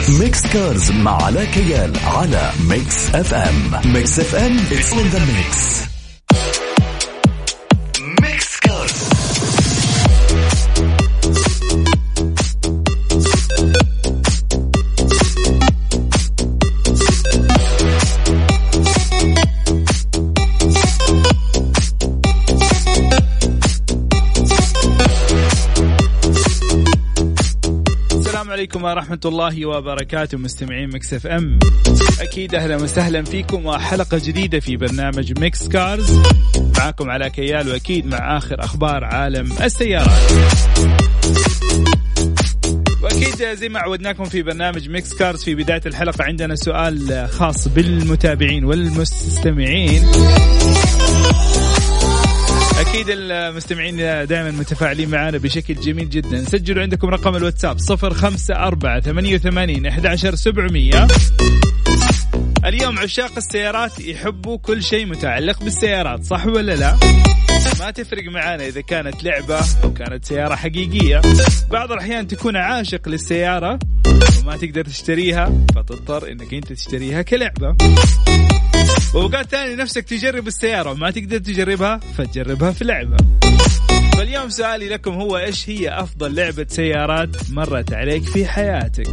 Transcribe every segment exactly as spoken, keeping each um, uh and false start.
ميكس كارز مع علاء كيال على ميكس اف ام. ميكس اف ام it's all in the mix. ميكس كارز. عليكم ورحمة الله وبركاته مستمعين ميكس اف ام. أكيد أهلا وسهلا فيكم وحلقة جديدة في برنامج ميكس كارز. معكم علاء كيال وأكيد مع آخر أخبار عالم السيارات. وأكيد زي ما عودناكم في برنامج ميكس كارز في بداية الحلقة عندنا سؤال خاص بالمتابعين والمستمعين. أكيد المستمعين دائما متفاعلين معنا بشكل جميل جدا. سجلوا عندكم رقم الواتساب صفر خمسة أربعة ثمانية وثمانين أحد عشر سبعمية. اليوم عشاق السيارات يحبوا كل شيء متعلق بالسيارات، صح ولا لا؟ ما تفرق معانا إذا كانت لعبة أو كانت سيارة حقيقية. بعض الأحيان تكون عاشق للسيارة وما تقدر تشتريها فتضطر إنك أنت تشتريها كلعبة، ووقات ثاني نفسك تجرب السيارة وما تقدر تجربها فتجربها في لعبة. فاليوم سؤالي لكم هو إيش هي أفضل لعبة سيارات مرت عليك في حياتك؟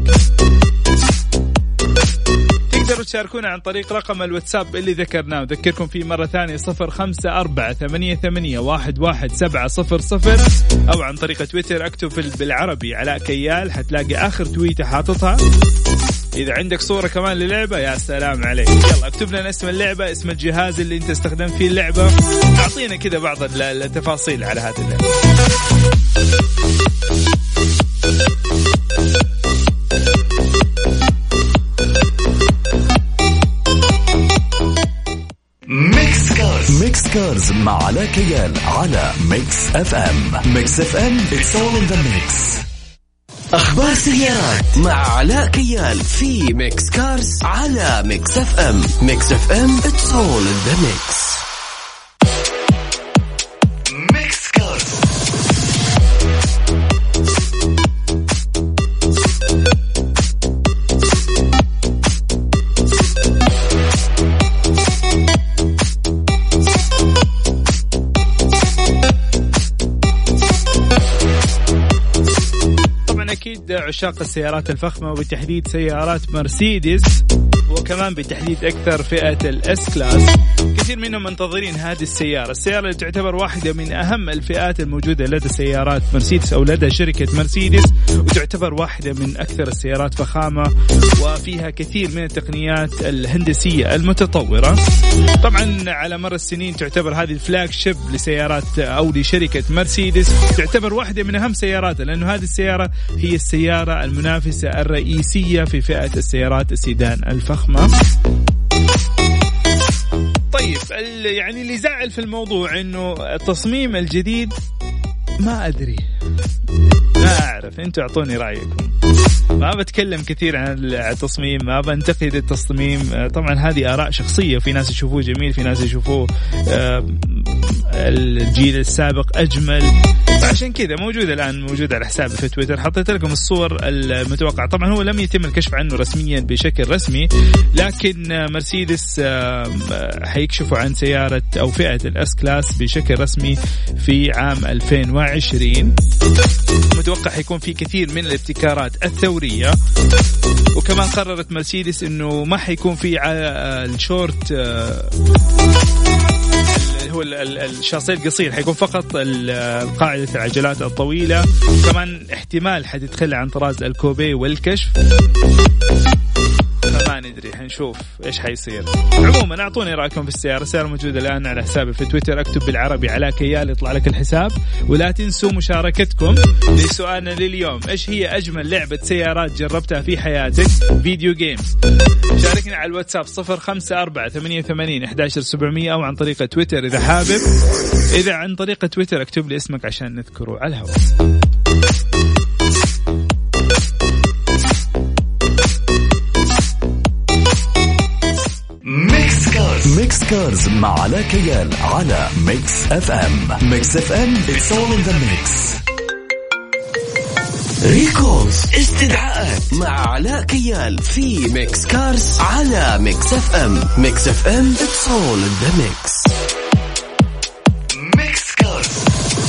تقدروا تشاركونا عن طريق رقم الواتساب اللي ذكرناه، وذكركم فيه مرة ثانية صفر خمسة أربعة ثمانية ثمانية واحد واحد سبعة صفر صفر، أو عن طريق تويتر اكتب بالعربي علاء كيال حتلاقي آخر تويتة حاططها. إذا عندك صورة كمان للعبة يا سلام عليك، يلا اكتب لنا اسم اللعبة، اسم الجهاز اللي انت استخدم فيه اللعبة، اعطينا كده بعض التفاصيل على هذه اللعبة. ميكس كارز. ميكس كارز مع علاء كيال على ميكس اف ام. ميكس اف ام it's all in the mix. أخبار سيارات مع علاء كيال في ميكس كارز على ميكس اف ام. ميكس اف ام it's all in the mix. ميكس كارز. أكيد عشاق السيارات الفخمة وبالتحديد سيارات مرسيدس، وكمان بالتحديد أكثر فئة الإس كلاس، كثير منهم منتظرين هذه السيارة. السيارة اللي تعتبر واحدة من أهم الفئات الموجودة لدى سيارات مرسيدس أو لدى شركة مرسيدس، وتعتبر واحدة من أكثر السيارات فخامة وفيها كثير من التقنيات الهندسية المتطورة. طبعا على مر السنين تعتبر هذه الفلاج شيب لسيارات أو لشركة مرسيدس، تعتبر واحدة من أهم سياراتها، لأنه هذه السيارة هي السيارة المنافسة الرئيسية في فئة السيارات السيدان الفخمة. طيب يعني اللي زعل في الموضوع إنه التصميم الجديد ما أدري، ما أعرف، أنتوا أعطوني رأيكم. ما بتكلم كثير عن التصميم، ما بنتقد التصميم، طبعا هذه آراء شخصية، في ناس يشوفوه جميل، في ناس يشوفوه الجيل السابق أجمل. فعشان كذا موجود الآن، موجود على حسابي في تويتر، حطيت لكم الصور المتوقعة. طبعا هو لم يتم الكشف عنه رسميا بشكل رسمي، لكن مرسيدس حيكشفوا عن سيارة أو فئة الأس كلاس بشكل رسمي في عام ألفين وعشرين. متوقع حيكون في كثير من الابتكارات الثورية، وكمان قررت مرسيدس إنه ما حيكون في الشورت هو الشاصي القصير، حيكون فقط قاعدة العجلات الطويلة. كمان احتمال حتتخلى عن طراز الكوبي والكشف، فما ندري، حنشوف ايش حيصير. عموما اعطوني رايكم في السياره. السياره موجوده الان على حسابي في تويتر، اكتب بالعربي علاء كيال يطلع لك الحساب. ولا تنسوا مشاركتكم لسؤالنا لليوم، ايش هي اجمل لعبه سيارات جربتها في حياتك؟ فيديو جيمز. شاركنا على الواتساب صفر خمسة أربعة ثمانية ثمانين أحد عشر سبعمية، او عن طريقه تويتر اذا حابب. اذا عن طريقه تويتر اكتب لي اسمك عشان نذكره على الهواء. ميكس كارز مع علاء كيال على ميكس اف ام. ميكس اف ام it's all in the mix. ريكولز استدعاءات مع علاء كيال في ميكس كارز على ميكس اف ام. ميكس اف ام it's all in the mix. ميكس كارز.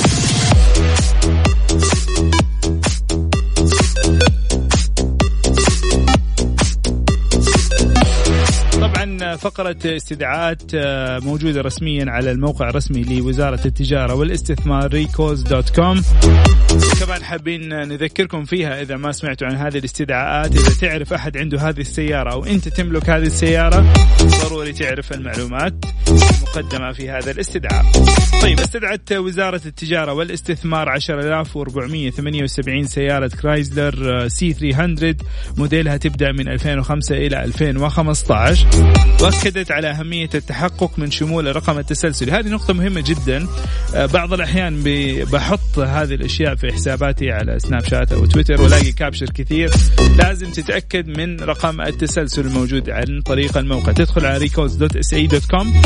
طبعا فقرة استدعاءات موجودة رسميا على الموقع الرسمي لوزارة التجارة والاستثمار ريكولز دوت كوم. كمان حابين نذكركم فيها إذا ما سمعتوا عن هذه الاستدعاءات. إذا تعرف أحد عنده هذه السيارة أو أنت تملك هذه السيارة ضروري تعرف المعلومات المقدمة في هذا الاستدعاء. طيب استدعت وزارة التجارة والاستثمار عشرة آلاف وأربعمائة وثمانية وسبعين سيارة كرايزلر سي ثلاثمائة موديلها تبدأ من ألفين وخمسة إلى ألفين وخمسة عشر، وأكدت على أهمية التحقق من شمول الرقم التسلسلي. هذه نقطة مهمة جدا. بعض الأحيان بحط هذه الأشياء في حساباتي على سناب شات أو تويتر ولاقي كابشر كثير. لازم تتأكد من رقم التسلسل الموجود عن طريق الموقع. تدخل على ريكولز دوت اس اي دوت كوم،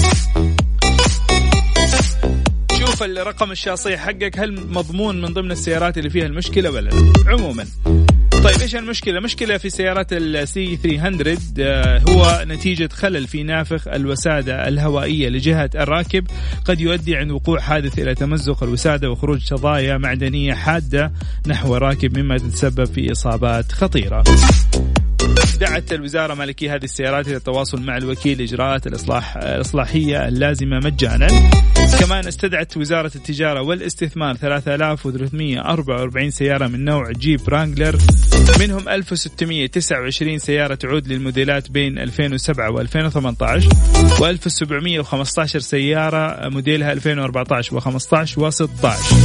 شوف الرقم الشاصية حقك هل مضمون من ضمن السيارات اللي فيها المشكلة ولا لا. عموما طيب إيش المشكلة؟ مشكلة في سيارات السي ثلاثمائة هو نتيجة خلل في نافخ الوسادة الهوائية لجهة الراكب، قد يؤدي عند وقوع حادث إلى تمزق الوسادة وخروج شظايا معدنية حادة نحو الراكب، مما تتسبب في إصابات خطيرة. دعت الوزارة مالكي هذه السيارات إلى التواصل مع الوكيل لإجراءات الإصلاح الإصلاحية اللازمة مجانا. كمان استدعت وزارة التجارة والاستثمار ثلاثة آلاف وثلاثمائة وأربعة وأربعين سيارة من نوع جيب رانجلر، منهم ألف وستمائة وتسعة وعشرين سيارة تعود للموديلات بين ألفين وسبعة وألفين وثمانية عشر، وألف وسبعمائة وخمسة عشر سيارة موديلها ألفين وأربعة عشر وخمسة عشر وستة عشر.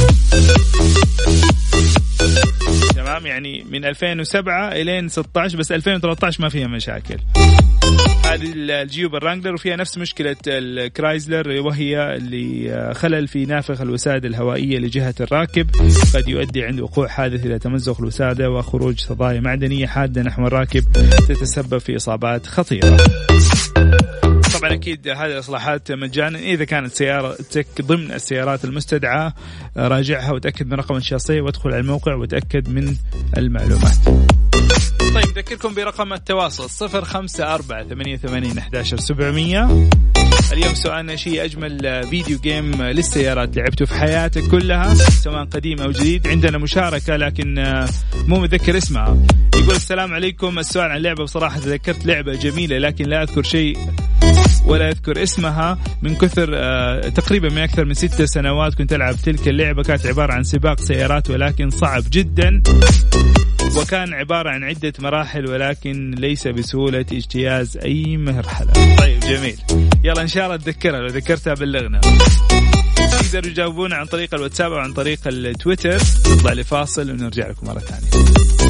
تمام، يعني من ألفين وسبعة إلى ستة عشر، بس ألفين وثلاثة عشر ما فيها مشاكل. هذه الجيوب الرانجلر وفيها نفس مشكلة الكرايزلر، وهي اللي خلل في نافخ الوسادة الهوائية لجهة الراكب، قد يؤدي عند وقوع حادث إلى تمزق الوسادة وخروج شظايا معدنية حادة نحو الراكب، تتسبب في إصابات خطيرة. طبعا أكيد هذه الإصلاحات مجانا. إذا كانت سيارتك ضمن السيارات المستدعاة راجعها وتأكد من رقم الشاصية وادخل على الموقع وتأكد من المعلومات. طيب ذكركم برقم التواصل صفر خمسة أربعة ثمانية ثمانين أحد عشر سبعمية. اليوم سؤالنا شيء أجمل فيديو جيم للسيارات لعبته في حياتك كلها سواء قديم أو جديد. عندنا مشاركة لكن مو متذكر اسمها. يقول السلام عليكم، السؤال عن لعبة بصراحة تذكرت لعبة جميلة لكن لا أذكر شيء ولا أذكر اسمها من كثر آه تقريبا من أكثر من ست سنوات كنت ألعب تلك اللعبة. كانت عبارة عن سباق سيارات ولكن صعب جدا، وكان عبارة عن عدة مراحل ولكن ليس بسهولة اجتياز أي مرحلة. طيب جميل، يلا إن شاء الله تذكرها، لو ذكرتها بلغنا. تقدروا تجاوبونا عن طريق الواتساب أو عن طريق التويتر. نطلع لفاصل ونرجع لكم مرة ثانية.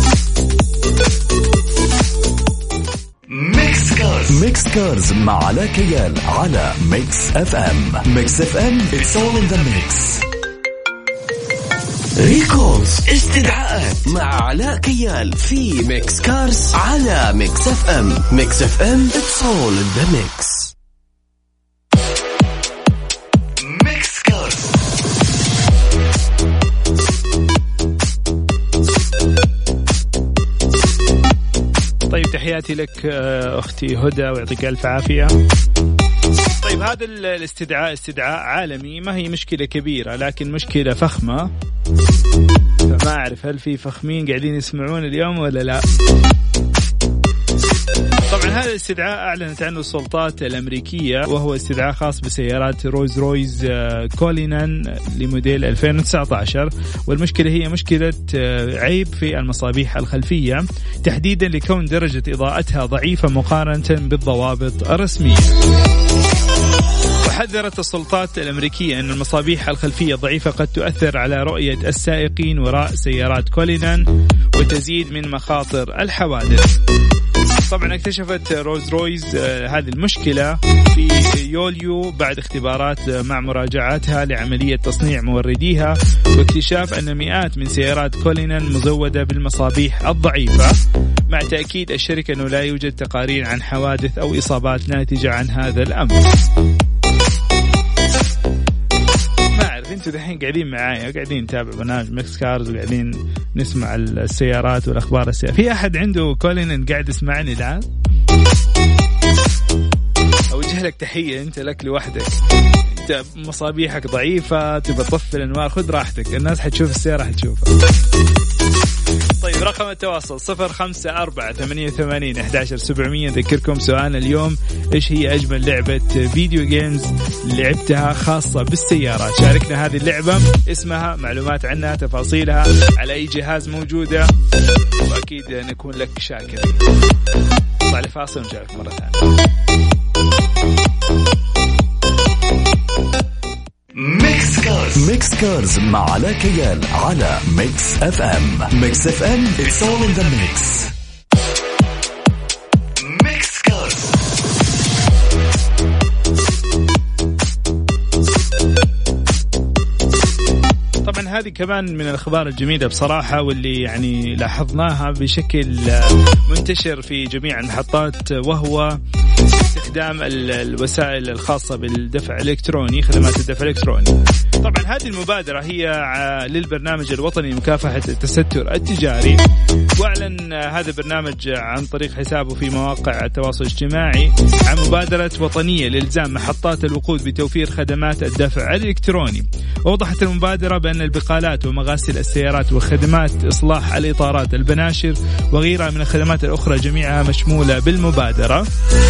ميكس كارز. ميكس كارز مع علاء كيال على ميكس اف ام. ميكس اف ام it's all in the mix. ريكولز استدعاءات مع علاء كيال في ميكس كارز على ميكس اف ام. ميكس اف ام it's all in the mix. ميكس كارز. طيب تحياتي لك أختي هدى ويعطيك ألف عافية. طيب هذا الاستدعاء استدعاء عالمي، ما هي مشكلة كبيرة لكن مشكلة فخمة. ما أعرف هل في فخمين قاعدين يسمعون اليوم ولا لا. طبعا هذا الاستدعاء أعلنت عنه السلطات الأمريكية، وهو استدعاء خاص بسيارات رويز رويز كولينان لموديل ألفين وتسعة عشر. والمشكلة هي مشكلة عيب في المصابيح الخلفية، تحديدا لكون درجة إضاءتها ضعيفة مقارنة بالضوابط الرسمية. وحذرت السلطات الأمريكية أن المصابيح الخلفية الضعيفة قد تؤثر على رؤية السائقين وراء سيارات كولينان وتزيد من مخاطر الحوادث. طبعا اكتشفت روز رويز آه هذه المشكلة في يوليو بعد اختبارات مع مراجعاتها لعملية تصنيع مورديها، واكتشاف أن مئات من سيارات كولينان مزودة بالمصابيح الضعيفة، مع تأكيد الشركة أنه لا يوجد تقارير عن حوادث أو إصابات ناتجة عن هذا الأمر. انتوا دحين قاعدين معايا قاعدين نتابع برنامج ميكس كارز وقاعدين نسمع السيارات والاخبار السيارة. في احد عنده كولين قاعد يسمعني الان؟ اوجه لك تحية، انت لك لوحدك، انت مصابيحك ضعيفة تبى تطفي الانوار، خذ راحتك، الناس حتشوف السيارة حتشوفها. طيب رقم التواصل صفر خمسة أربعة ثمانية ثمانين أحد عشر سبعمية. ذكركم سؤالنا اليوم، إيش هي أجمل لعبة فيديو جيمز لعبتها خاصة بالسيارات؟ شاركنا هذه اللعبة، اسمها، معلومات عنها، تفاصيلها، على أي جهاز موجودة، وأكيد نكون لك شاكرين. نطلع لفاصل ونرجع مرة ثانية. ميكس كارز ميكس كارز مع علاء كيال على ميكس اف ام. ميكس اف ام it's all in the mix. ميكس كارز. طبعا هذه كمان من الأخبار الجميلة بصراحة، واللي يعني لاحظناها بشكل منتشر في جميع المحطات، وهو استخدام الوسائل الخاصة بالدفع الإلكتروني، خدمات الدفع الإلكتروني. طبعا هذه المبادرة هي للبرنامج الوطني لمكافحة التستر التجاري، واعلن هذا البرنامج عن طريق حسابه في مواقع التواصل الاجتماعي عن مبادرة وطنية لإلزام محطات الوقود بتوفير خدمات الدفع الإلكتروني. ووضحت المبادرة بأن البقالات ومغاسل السيارات وخدمات إصلاح الإطارات، البناشر وغيرها من الخدمات الأخرى جميعها مشمولة بالمبادرة.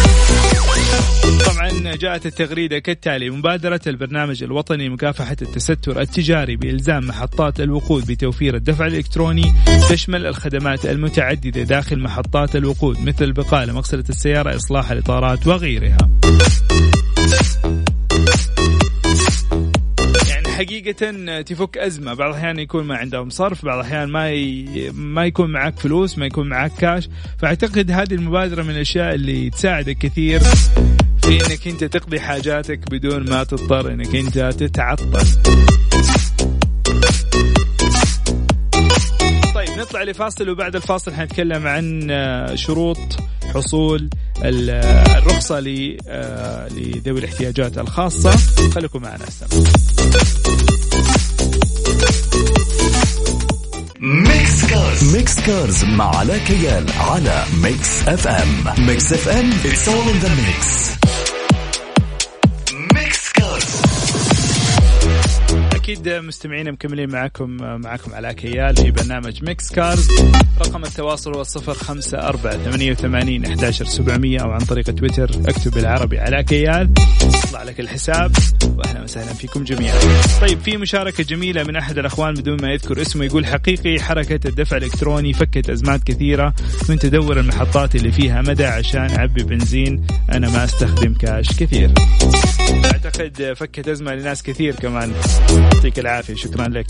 طبعا جاءت التغريدة كالتالي: مبادرة البرنامج الوطني لمكافحة التستر التجاري بإلزام محطات الوقود بتوفير الدفع الإلكتروني تشمل الخدمات المتعددة داخل محطات الوقود، مثل البقالة، مغسلة السيارة، إصلاح الإطارات وغيرها. حقيقة تفك أزمة، بعض الأحيان يكون ما عندهم صرف، بعض الأحيان ما ي... ما يكون معك فلوس، ما يكون معك كاش. فأعتقد هذه المبادرة من الأشياء اللي تساعدك كثير في إنك أنت تقضي حاجاتك بدون ما تضطر إنك أنت تتعطل. طيب نطلع لفاصل، وبعد الفاصل حنتكلم عن شروط حصول الرخصة لذوي الاحتياجات الخاصة. خليكم معنا السلام. ميكس كارز ميكس كارز مع علاء كيال على ميكس اف ام. ميكس اف ام it's all in the mix. ميكس كارز. أكيد مستمعين مكملين معكم معكم علاء كيال في برنامج ميكس كارز. رقم التواصل هو صفر خمسة أربعة ثمانية وثمانين أحد عشر سبعمية، أو عن طريق تويتر اكتب بالعربي علاء كيال يطلع لك الحساب. وأهلا وسهلا فيكم جميعا. طيب في مشاركة جميلة من أحد الأخوان بدون ما يذكر اسمه، يقول: حقيقي حركة الدفع الإلكتروني فكت أزمات كثيرة، كنت أدور المحطات اللي فيها مدى عشان أعبي بنزين، أنا ما أستخدم كاش كثير. أعتقد فكت أزمة لناس كثير كمان، يعطيك العافية، شكرا لك.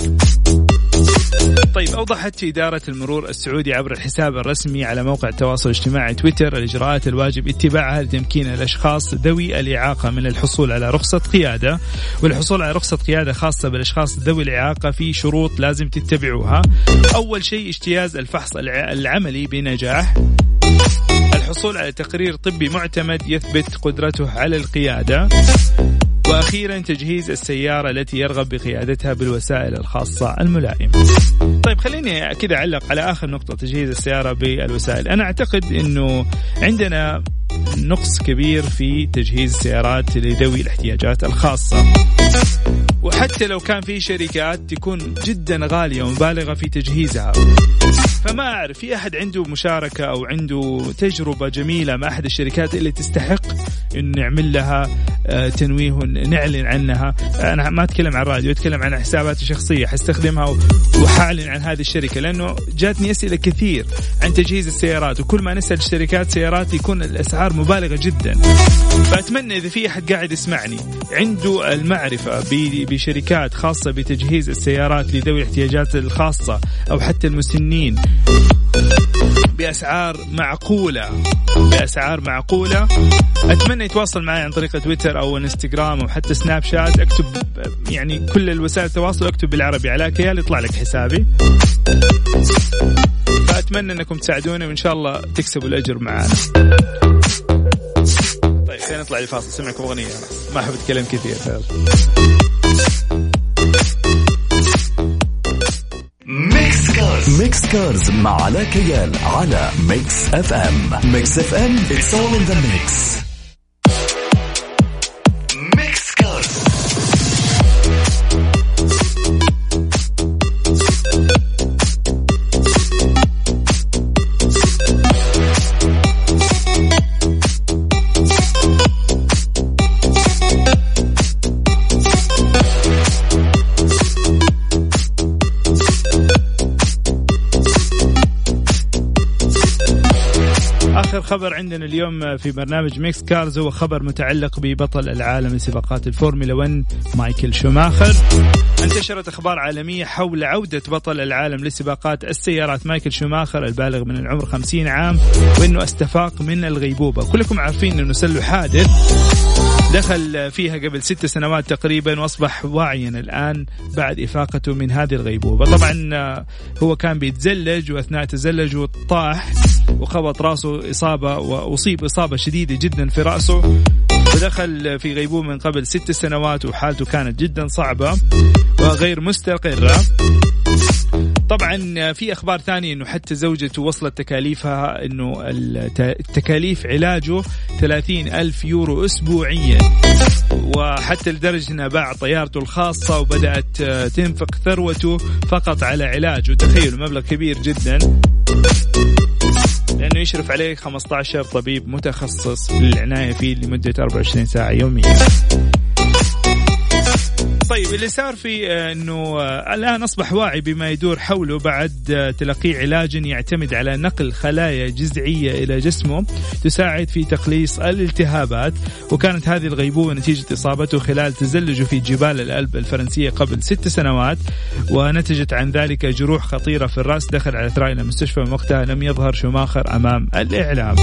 طيب أوضحت إدارة المرور السعودي عبر الحساب الرسمي على موقع التواصل الاجتماعي تويتر الإجراءات الواجب اتباعها لتمكين الأشخاص ذوي الإعاقة من الحصول على رخصة قيادة. والحصول على رخصة قيادة خاصة بالأشخاص ذوي الإعاقة في شروط لازم تتبعوها. أول شيء اجتياز الفحص العملي بنجاح، الحصول على تقرير طبي معتمد يثبت قدرته على القيادة، وأخيرا تجهيز السيارة التي يرغب بقيادتها بالوسائل الخاصة الملائمة. طيب خليني كذا أعلق على آخر نقطة، تجهيز السيارة بالوسائل. أنا أعتقد أنه عندنا نقص كبير في تجهيز السيارات لذوي الاحتياجات الخاصة، وحتى لو كان في شركات تكون جدا غالية ومبالغة في تجهيزها. فما أعرف في أحد عنده مشاركة أو عنده تجربة جميلة مع أحد الشركات اللي تستحق إن نعمل لها تنويه ونعلن عنها. أنا ما أتكلم عن الراديو، أتكلم عن حساباتي الشخصية، حستخدمها وحاعلن عن هذه الشركة، لأنه جاتني أسئلة كثير عن تجهيز السيارات، وكل ما نسأل الشركات سيارات يكون الأسعار مبالغة جدا. فأتمنى إذا في أحد قاعد يسمعني عنده المعرفة بشركات خاصة بتجهيز السيارات لذوي الاحتياجات الخاصة أو حتى المسنين بأسعار معقولة بأسعار معقولة أتمنى يتواصل معي عن طريق تويتر أو انستغرام أو حتى سناب شات. أكتب يعني كل الوسائل التواصل، أكتب بالعربي علاء كيال يطلع لك حسابي. فأتمنى أنكم تساعدوني وإن شاء الله تكسبوا الأجر معنا. طيب خلينا نطلع لفاصل، سمعكم أغنية، ما أحب أتكلم كثير. ميكس كارز مع علاء كيال على ميكس اف ام. ميكس اف ام it's all in the mix. ميكس كارز. آخر خبر عندنا اليوم في برنامج ميكس كارز هو خبر متعلق ببطل العالم لسباقات الفورمولا واحد مايكل شوماخر. انتشرت أخبار عالمية حول عودة بطل العالم لسباقات السيارات مايكل شوماخر البالغ من العمر خمسين عام وأنه استفاق من الغيبوبة. كلكم عارفين أنه سله حادث دخل فيها قبل ست سنوات تقريبا وأصبح واعيا الآن بعد إفاقته من هذه الغيبوبة. طبعا هو كان بيتزلج وأثناء تزلجه طاح وخبط رأسه إصابة وأصيب إصابة شديدة جدا في رأسه ودخل في غيبوبة من قبل ست سنوات وحالته كانت جدا صعبة وغير مستقرة. طبعا في أخبار ثانية أنه حتى زوجته وصلت تكاليفها أنه التكاليف علاجه ثلاثين ألف يورو أسبوعيا، وحتى لدرجة أنها باع طيارته الخاصة وبدأت تنفق ثروته فقط على علاجه. تخيلوا مبلغ كبير جدا لأنه يشرف عليه خمسة عشر طبيب متخصص للعناية فيه لمدة أربعة وعشرين ساعة يوميا. طيب اللي صار في أنه الآن أصبح واعي بما يدور حوله بعد تلقي علاج يعتمد على نقل خلايا جذعية إلى جسمه تساعد في تقليص الالتهابات. وكانت هذه الغيبوبة نتيجة إصابته خلال تزلجه في جبال الألب الفرنسية قبل ست سنوات، ونتجت عن ذلك جروح خطيرة في الرأس. دخل على إثراء إلى المستشفى وقتها لم يظهر شوماخر أمام الإعلام.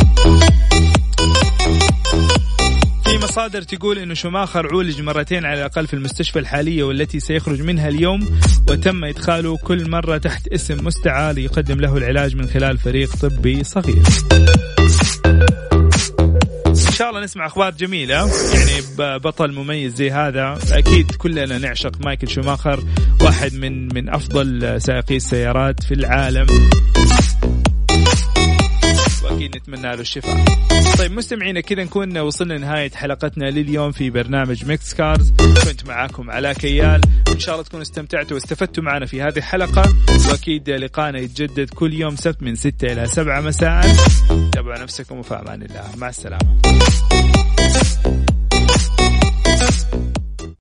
في مصادر تقول إنه شوماخر عولج مرتين على الأقل في المستشفى الحالية والتي سيخرج منها اليوم، وتم إدخاله كل مرة تحت اسم مستعار يقدم له العلاج من خلال فريق طبي صغير. إن شاء الله نسمع أخبار جميلة، يعني بطل مميز زي هذا. أكيد كلنا نعشق مايكل شوماخر، واحد من من أفضل سائقي السيارات في العالم، وأكيد نتمنى له الشفاء. طيب مستمعينا كذا نكون وصلنا نهاية حلقتنا لليوم في برنامج ميكس كارز. كنت معاكم علاء كيال، إن شاء الله تكونوا استمتعتوا واستفدتوا معنا في هذه الحلقة، وأكيد لقانا يتجدد كل يوم سبت من ستة إلى سبعة مساء. تابعوا نفسكم وفي أمان الله، مع السلامة.